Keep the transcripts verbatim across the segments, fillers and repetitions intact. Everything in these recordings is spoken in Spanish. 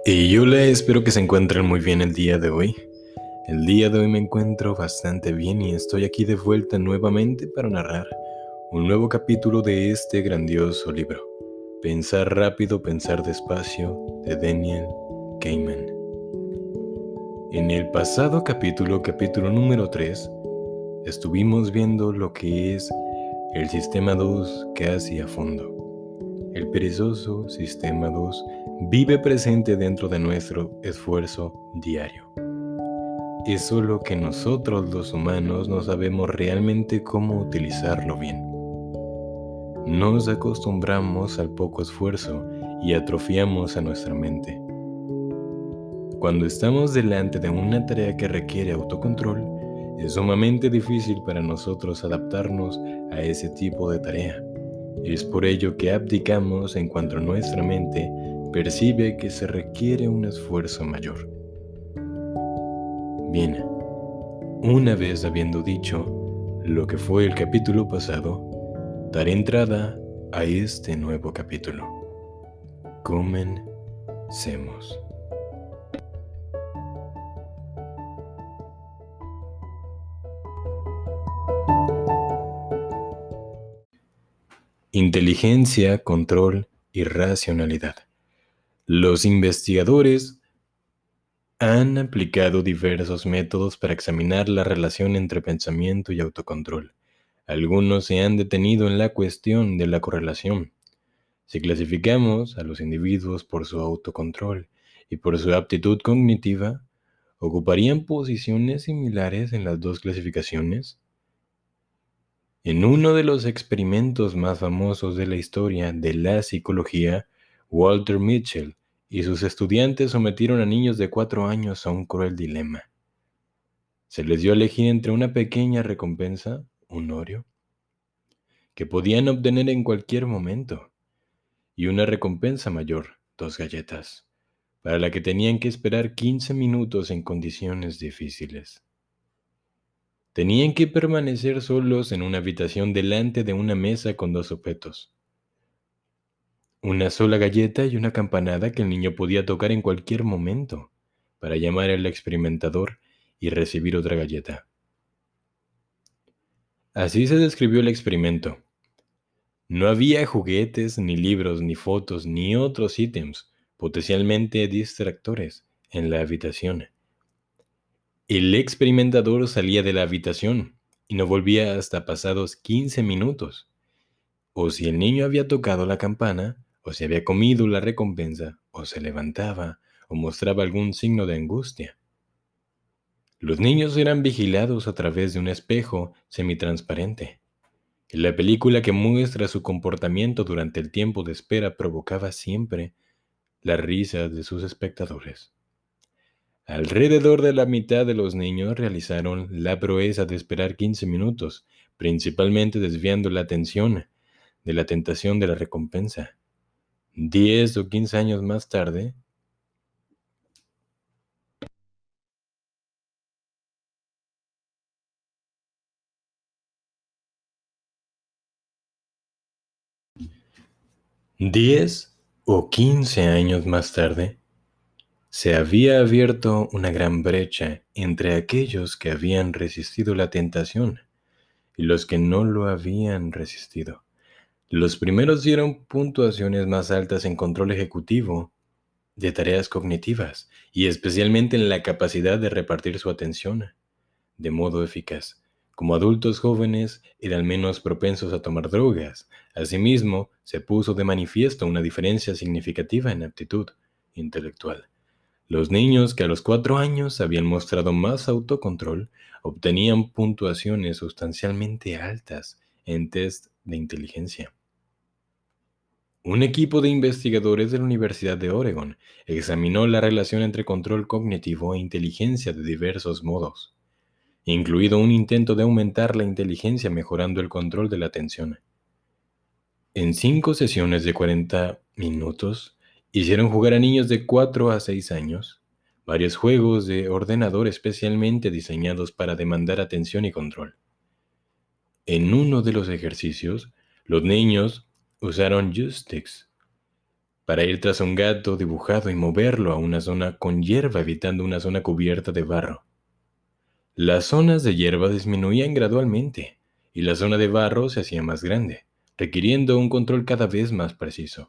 Y yo le espero que se encuentren muy bien el día de hoy. El día de hoy me encuentro bastante bien y estoy aquí de vuelta nuevamente para narrar un nuevo capítulo de este grandioso libro, Pensar rápido, pensar despacio, de Daniel Kahneman. En el pasado capítulo, capítulo número tres, estuvimos viendo lo que es el sistema dos casi a fondo. El perezoso sistema dos vive presente dentro de nuestro esfuerzo diario. Es solo que nosotros los humanos no sabemos realmente cómo utilizarlo bien. Nos acostumbramos al poco esfuerzo y atrofiamos a nuestra mente. Cuando estamos delante de una tarea que requiere autocontrol, es sumamente difícil para nosotros adaptarnos a ese tipo de tarea. Es por ello que abdicamos en cuanto nuestra mente percibe que se requiere un esfuerzo mayor. Bien, una vez habiendo dicho lo que fue el capítulo pasado, daré entrada a este nuevo capítulo. Comencemos. Inteligencia, control y racionalidad. Los investigadores han aplicado diversos métodos para examinar la relación entre pensamiento y autocontrol. Algunos se han detenido en la cuestión de la correlación. Si clasificamos a los individuos por su autocontrol y por su aptitud cognitiva, ¿ocuparían posiciones similares en las dos clasificaciones? En uno de los experimentos más famosos de la historia de la psicología, Walter Mitchell y sus estudiantes sometieron a niños de cuatro años a un cruel dilema. Se les dio a elegir entre una pequeña recompensa, un Oreo, que podían obtener en cualquier momento, y una recompensa mayor, dos galletas, para la que tenían que esperar quince minutos en condiciones difíciles. Tenían que permanecer solos en una habitación delante de una mesa con dos objetos. Una sola galleta y una campanada que el niño podía tocar en cualquier momento para llamar al experimentador y recibir otra galleta. Así se describió el experimento. No había juguetes, ni libros, ni fotos, ni otros ítems potencialmente distractores en la habitación. El experimentador salía de la habitación y no volvía hasta pasados quince minutos. O si el niño había tocado la campana, o si había comido la recompensa, o se levantaba, o mostraba algún signo de angustia. Los niños eran vigilados a través de un espejo semitransparente. La película que muestra su comportamiento durante el tiempo de espera provocaba siempre la risa de sus espectadores. Alrededor de la mitad de los niños realizaron la proeza de esperar quince minutos, principalmente desviando la atención de la tentación de la recompensa. Diez o quince años más tarde, diez o quince años más tarde, se había abierto una gran brecha entre aquellos que habían resistido la tentación y los que no lo habían resistido. Los primeros dieron puntuaciones más altas en control ejecutivo de tareas cognitivas y especialmente en la capacidad de repartir su atención de modo eficaz. Como adultos jóvenes eran menos propensos a tomar drogas. Asimismo, se puso de manifiesto una diferencia significativa en aptitud intelectual. Los niños que a los cuatro años habían mostrado más autocontrol obtenían puntuaciones sustancialmente altas en test de inteligencia. Un equipo de investigadores de la Universidad de Oregon examinó la relación entre control cognitivo e inteligencia de diversos modos, incluido un intento de aumentar la inteligencia mejorando el control de la atención. En cinco sesiones de cuarenta minutos, hicieron jugar a niños de cuatro a seis años varios juegos de ordenador especialmente diseñados para demandar atención y control. En uno de los ejercicios, los niños usaron joysticks para ir tras un gato dibujado y moverlo a una zona con hierba evitando una zona cubierta de barro. Las zonas de hierba disminuían gradualmente y la zona de barro se hacía más grande, requiriendo un control cada vez más preciso.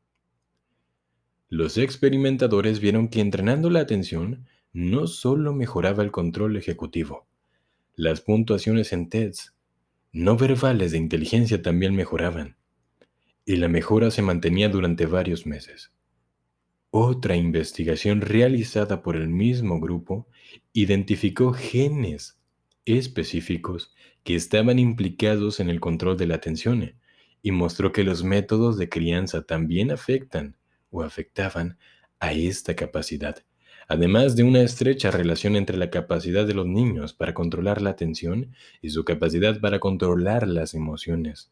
Los experimentadores vieron que entrenando la atención no solo mejoraba el control ejecutivo, las puntuaciones en tests no verbales de inteligencia también mejoraban, y la mejora se mantenía durante varios meses. Otra investigación realizada por el mismo grupo identificó genes específicos que estaban implicados en el control de la atención y mostró que los métodos de crianza también afectan o afectaban a esta capacidad, además de una estrecha relación entre la capacidad de los niños para controlar la atención y su capacidad para controlar las emociones.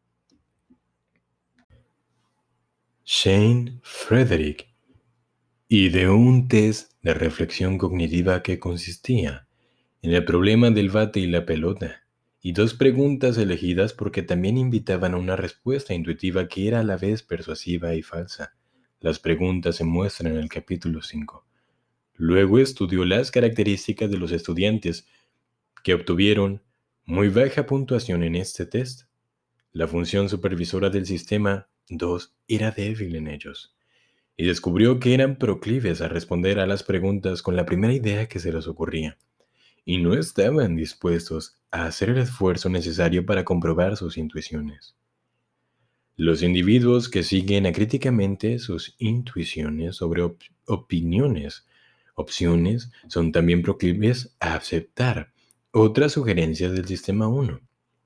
Shane Frederick ideó un test de reflexión cognitiva que consistía en el problema del bate y la pelota, y dos preguntas elegidas porque también invitaban a una respuesta intuitiva que era a la vez persuasiva y falsa. Las preguntas se muestran en el capítulo cinco. Luego estudió las características de los estudiantes que obtuvieron muy baja puntuación en este test. La función supervisora del sistema dos era débil en ellos, y descubrió que eran proclives a responder a las preguntas con la primera idea que se les ocurría, y no estaban dispuestos a hacer el esfuerzo necesario para comprobar sus intuiciones. Los individuos que siguen acríticamente sus intuiciones sobre op- opiniones, opciones, son también proclives a aceptar otras sugerencias del sistema uno.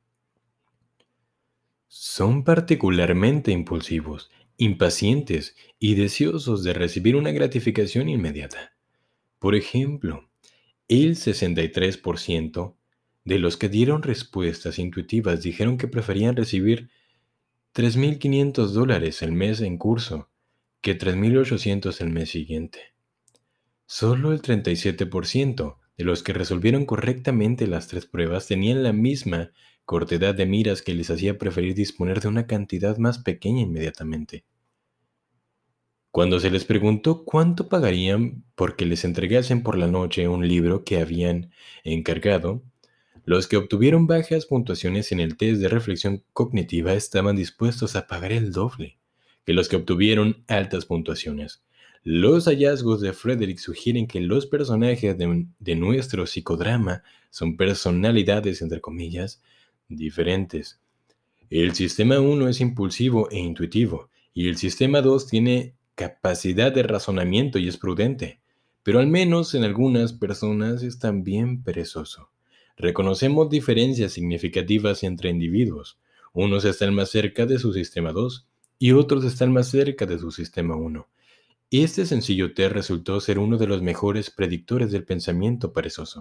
Son particularmente impulsivos, impacientes y deseosos de recibir una gratificación inmediata. Por ejemplo, el sesenta y tres por ciento de los que dieron respuestas intuitivas dijeron que preferían recibir tres mil quinientos dólares el mes en curso que tres mil ochocientos el mes siguiente. Solo el treinta y siete por ciento de los que resolvieron correctamente las tres pruebas tenían la misma cortedad de miras que les hacía preferir disponer de una cantidad más pequeña inmediatamente. Cuando se les preguntó cuánto pagarían porque les entregasen por la noche un libro que habían encargado, los que obtuvieron bajas puntuaciones en el test de reflexión cognitiva estaban dispuestos a pagar el doble que los que obtuvieron altas puntuaciones. Los hallazgos de Frederick sugieren que los personajes de, de nuestro psicodrama son personalidades, entre comillas, diferentes. El sistema uno es impulsivo e intuitivo, y el sistema dos tiene capacidad de razonamiento y es prudente, pero al menos en algunas personas es también perezoso. Reconocemos diferencias significativas entre individuos. Unos están más cerca de su sistema dos y otros están más cerca de su sistema uno. Este sencillo test resultó ser uno de los mejores predictores del pensamiento perezoso.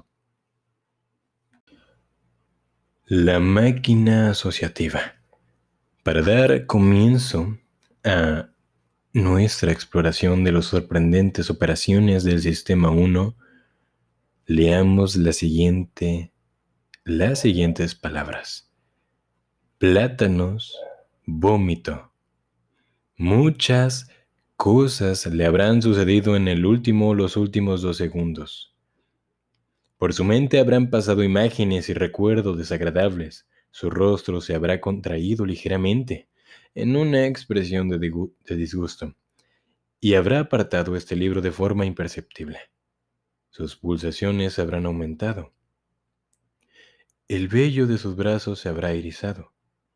La máquina asociativa. Para dar comienzo a nuestra exploración de las sorprendentes operaciones del sistema uno, leamos la siguiente, las siguientes palabras. Plátanos, vómito. Muchas cosas le habrán sucedido en el último los últimos dos segundos. Por su mente habrán pasado imágenes y recuerdos desagradables. Su rostro se habrá contraído ligeramente en una expresión de, digu- de disgusto y habrá apartado este libro de forma imperceptible. Sus pulsaciones habrán aumentado. El vello de sus brazos se habrá erizado.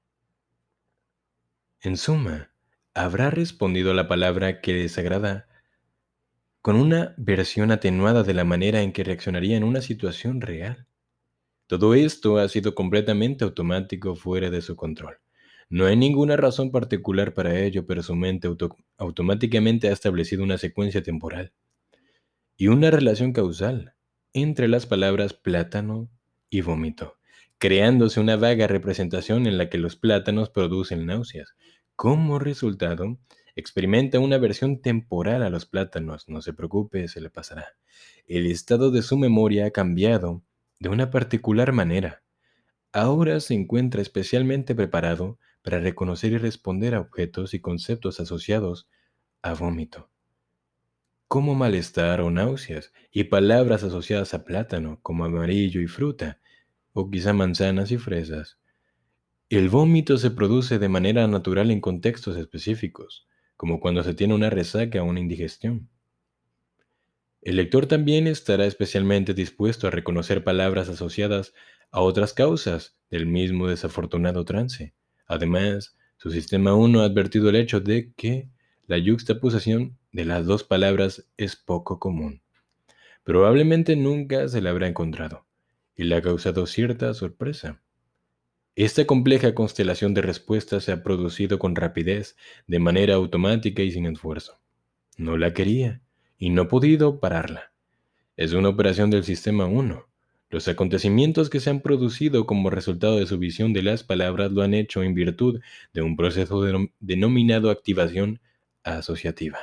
En suma, habrá respondido a la palabra que desagrada con una versión atenuada de la manera en que reaccionaría en una situación real. Todo esto ha sido completamente automático fuera de su control. No hay ninguna razón particular para ello, pero su mente auto- automáticamente ha establecido una secuencia temporal y una relación causal entre las palabras plátano y vómito, creándose una vaga representación en la que los plátanos producen náuseas. Como resultado, experimenta una versión temporal a los plátanos. No se preocupe, se le pasará. El estado de su memoria ha cambiado de una particular manera. Ahora se encuentra especialmente preparado para reconocer y responder a objetos y conceptos asociados a vómito, como malestar o náuseas, y palabras asociadas a plátano, como amarillo y fruta, o quizá manzanas y fresas. El vómito se produce de manera natural en contextos específicos, como cuando se tiene una resaca o una indigestión. El lector también estará especialmente dispuesto a reconocer palabras asociadas a otras causas del mismo desafortunado trance. Además, su sistema uno ha advertido el hecho de que la yuxtaposición de las dos palabras es poco común. Probablemente nunca se la habrá encontrado, y le ha causado cierta sorpresa. Esta compleja constelación de respuestas se ha producido con rapidez, de manera automática y sin esfuerzo. No la quería, y no he podido pararla. Es una operación del sistema uno. Los acontecimientos que se han producido como resultado de su visión de las palabras lo han hecho en virtud de un proceso denom- denominado activación asociativa.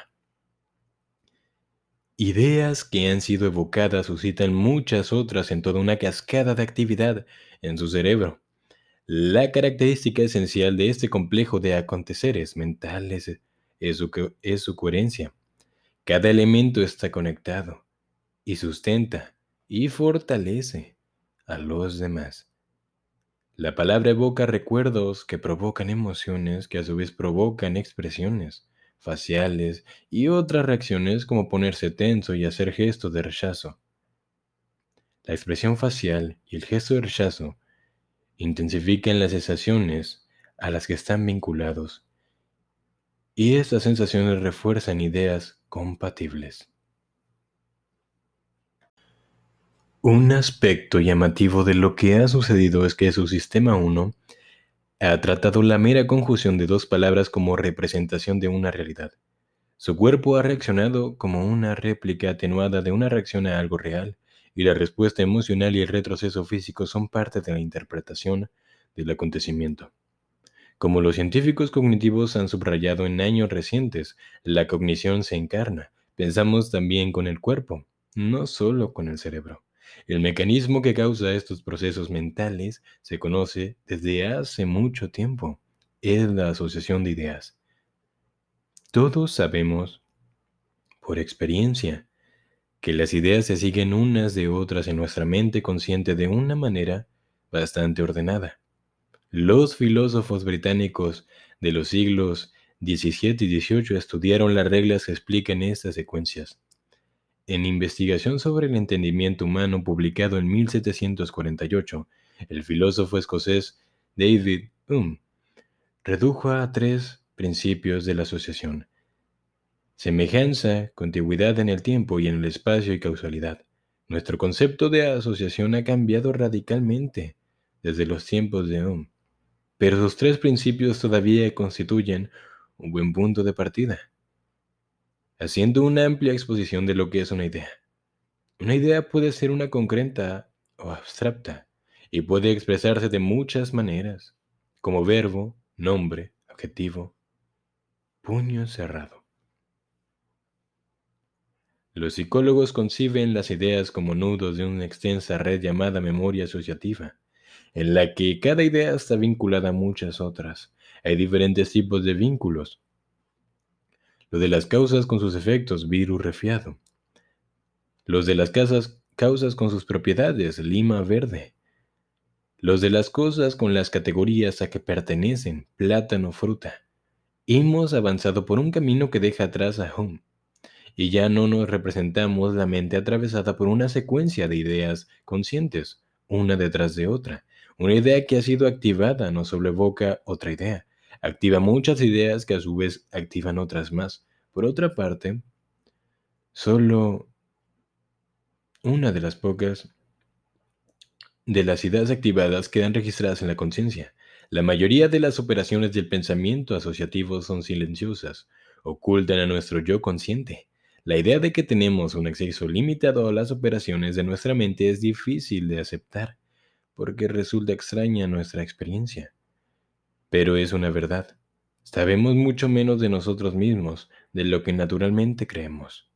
Ideas que han sido evocadas suscitan muchas otras en toda una cascada de actividad en su cerebro. La característica esencial de este complejo de aconteceres mentales es su, co- es su coherencia. Cada elemento está conectado y sustenta y fortalece a los demás. La palabra evoca recuerdos que provocan emociones que a su vez provocan expresiones faciales y otras reacciones como ponerse tenso y hacer gestos de rechazo. La expresión facial y el gesto de rechazo intensifican las sensaciones a las que están vinculados y estas sensaciones refuerzan ideas compatibles. Un aspecto llamativo de lo que ha sucedido es que su sistema uno ha tratado la mera conjunción de dos palabras como representación de una realidad. Su cuerpo ha reaccionado como una réplica atenuada de una reacción a algo real, y la respuesta emocional y el retroceso físico son parte de la interpretación del acontecimiento. Como los científicos cognitivos han subrayado en años recientes, la cognición se encarna. Pensamos también con el cuerpo, no solo con el cerebro. El mecanismo que causa estos procesos mentales se conoce desde hace mucho tiempo. Es la asociación de ideas. Todos sabemos, por experiencia, que las ideas se siguen unas de otras en nuestra mente consciente de una manera bastante ordenada. Los filósofos británicos de los siglos diecisiete y dieciocho estudiaron las reglas que explican estas secuencias. En Investigación sobre el entendimiento humano, publicado en mil setecientos cuarenta y ocho, el filósofo escocés David Hume redujo a tres principios de la asociación: semejanza, contigüidad en el tiempo y en el espacio y causalidad. Nuestro concepto de asociación ha cambiado radicalmente desde los tiempos de Hume, pero sus tres principios todavía constituyen un buen punto de partida, haciendo una amplia exposición de lo que es una idea. Una idea puede ser una concreta o abstracta y puede expresarse de muchas maneras, como verbo, nombre, adjetivo, puño cerrado. Los psicólogos conciben las ideas como nudos de una extensa red llamada memoria asociativa, en la que cada idea está vinculada a muchas otras. Hay diferentes tipos de vínculos: lo de las causas con sus efectos, virus resfriado; los de las casas, causas con sus propiedades, lima verde; los de las cosas con las categorías a que pertenecen, plátano fruta. Hemos avanzado por un camino que deja atrás a Hume, y ya no nos representamos la mente atravesada por una secuencia de ideas conscientes, una detrás de otra. Una idea que ha sido activada no solo evoca otra idea, activa muchas ideas que a su vez activan otras más. Por otra parte, solo una de las pocas de las ideas activadas quedan registradas en la conciencia. La mayoría de las operaciones del pensamiento asociativo son silenciosas, ocultan a nuestro yo consciente. La idea de que tenemos un acceso limitado a las operaciones de nuestra mente es difícil de aceptar, porque resulta extraña a nuestra experiencia. Pero es una verdad. Sabemos mucho menos de nosotros mismos de lo que naturalmente creemos.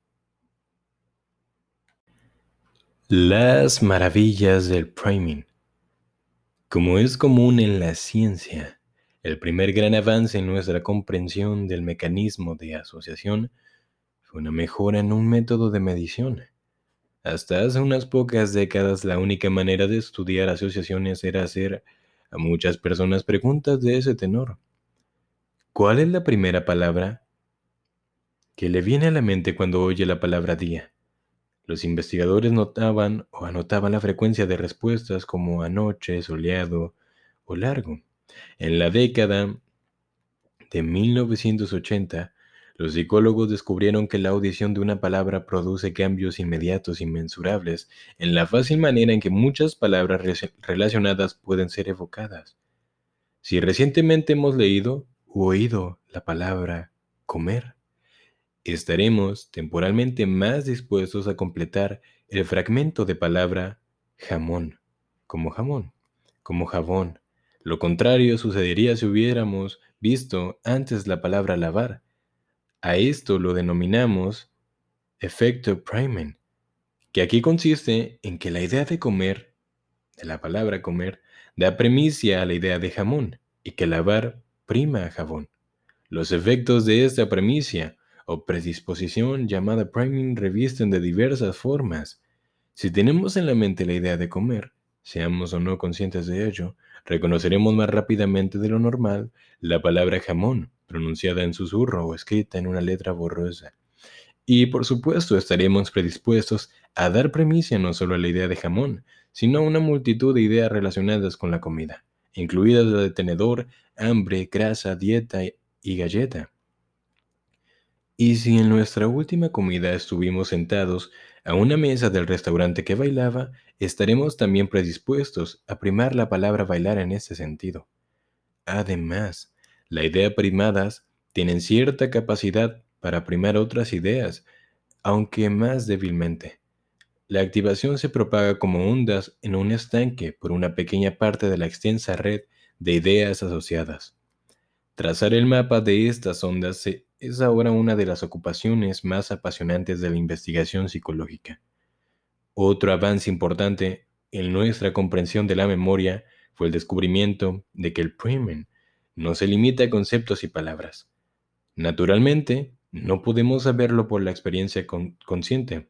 Las maravillas del priming. Como es común en la ciencia, El primer gran avance en nuestra comprensión del mecanismo de asociación fue una mejora en un método de medición. Hasta hace unas pocas décadas, la única manera de estudiar asociaciones era hacer a muchas personas preguntas de ese tenor. ¿Cuál es la primera palabra que le viene a la mente cuando oye la palabra día? Los investigadores notaban o anotaban la frecuencia de respuestas como anoche, soleado o largo. En la década de mil novecientos ochenta, los psicólogos descubrieron que la audición de una palabra produce cambios inmediatos y mensurables en la fácil manera en que muchas palabras re- relacionadas pueden ser evocadas. Si recientemente hemos leído u oído la palabra comer, estaremos temporalmente más dispuestos a completar el fragmento de palabra jamón, como jamón, como jabón. Lo contrario sucedería si hubiéramos visto antes la palabra lavar. A esto lo denominamos efecto priming, que aquí consiste en que la idea de comer, de la palabra comer, da premisa a la idea de jamón y que lavar prima a jabón. Los efectos de esta premisa o predisposición llamada priming revisten de diversas formas. Si tenemos en la mente la idea de comer, seamos o no conscientes de ello, reconoceremos más rápidamente de lo normal la palabra jamón, pronunciada en susurro o escrita en una letra borrosa. Y por supuesto estaremos predispuestos a dar premisa no solo a la idea de jamón, sino a una multitud de ideas relacionadas con la comida, incluidas la de tenedor, hambre, grasa, dieta y galleta. Y si en nuestra última comida estuvimos sentados a una mesa del restaurante que bailaba, estaremos también predispuestos a primar la palabra bailar en este sentido. Además, la idea primadas tienen cierta capacidad para primar otras ideas, aunque más débilmente. La activación se propaga como ondas en un estanque por una pequeña parte de la extensa red de ideas asociadas. Trazar el mapa de estas ondas se- es ahora una de las ocupaciones más apasionantes de la investigación psicológica. Otro avance importante en nuestra comprensión de la memoria fue el descubrimiento de que el priming no se limita a conceptos y palabras. Naturalmente, no podemos saberlo por la experiencia con- consciente,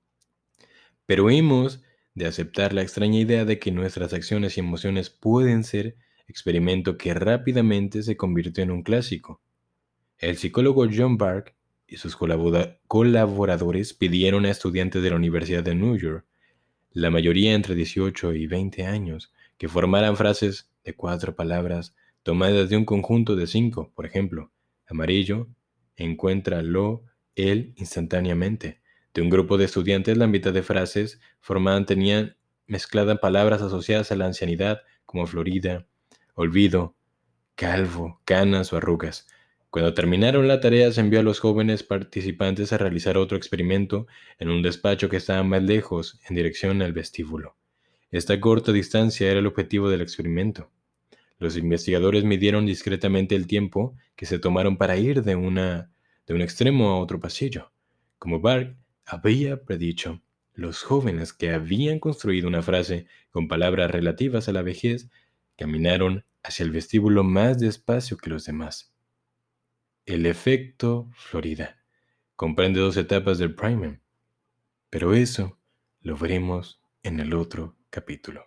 pero hemos de aceptar la extraña idea de que nuestras acciones y emociones pueden ser experimento que rápidamente se convirtió en un clásico. El psicólogo John Bark y sus colabora- colaboradores pidieron a estudiantes de la Universidad de New York, la mayoría entre dieciocho y veinte años, que formaran frases de cuatro palabras tomadas de un conjunto de cinco. Por ejemplo, amarillo, encuéntralo, él instantáneamente. De un grupo de estudiantes, la mitad de frases formadas tenían mezcladas palabras asociadas a la ancianidad, como Florida, olvido, calvo, canas o arrugas. Cuando terminaron la tarea, se envió a los jóvenes participantes a realizar otro experimento en un despacho que estaba más lejos, en dirección al vestíbulo. Esta corta distancia era el objetivo del experimento. Los investigadores midieron discretamente el tiempo que se tomaron para ir de, una, de un extremo a otro pasillo. Como Bark había predicho, los jóvenes que habían construido una frase con palabras relativas a la vejez caminaron hacia el vestíbulo más despacio que los demás. El efecto Florida comprende dos etapas del priming, pero eso lo veremos en el otro capítulo.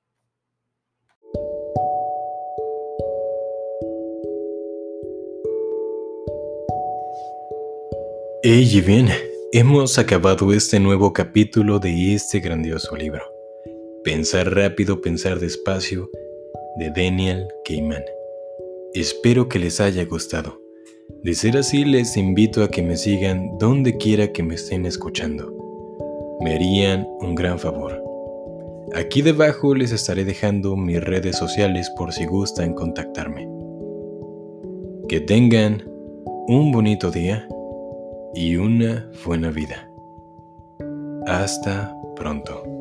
Y bien, hemos acabado este nuevo capítulo de este grandioso libro, Pensar rápido, pensar despacio, de Daniel Kahneman. Espero que les haya gustado. De ser así, les invito a que me sigan donde quiera que me estén escuchando. Me harían un gran favor. Aquí debajo les estaré dejando mis redes sociales por si gustan contactarme. Que tengan un bonito día y una buena vida. Hasta pronto.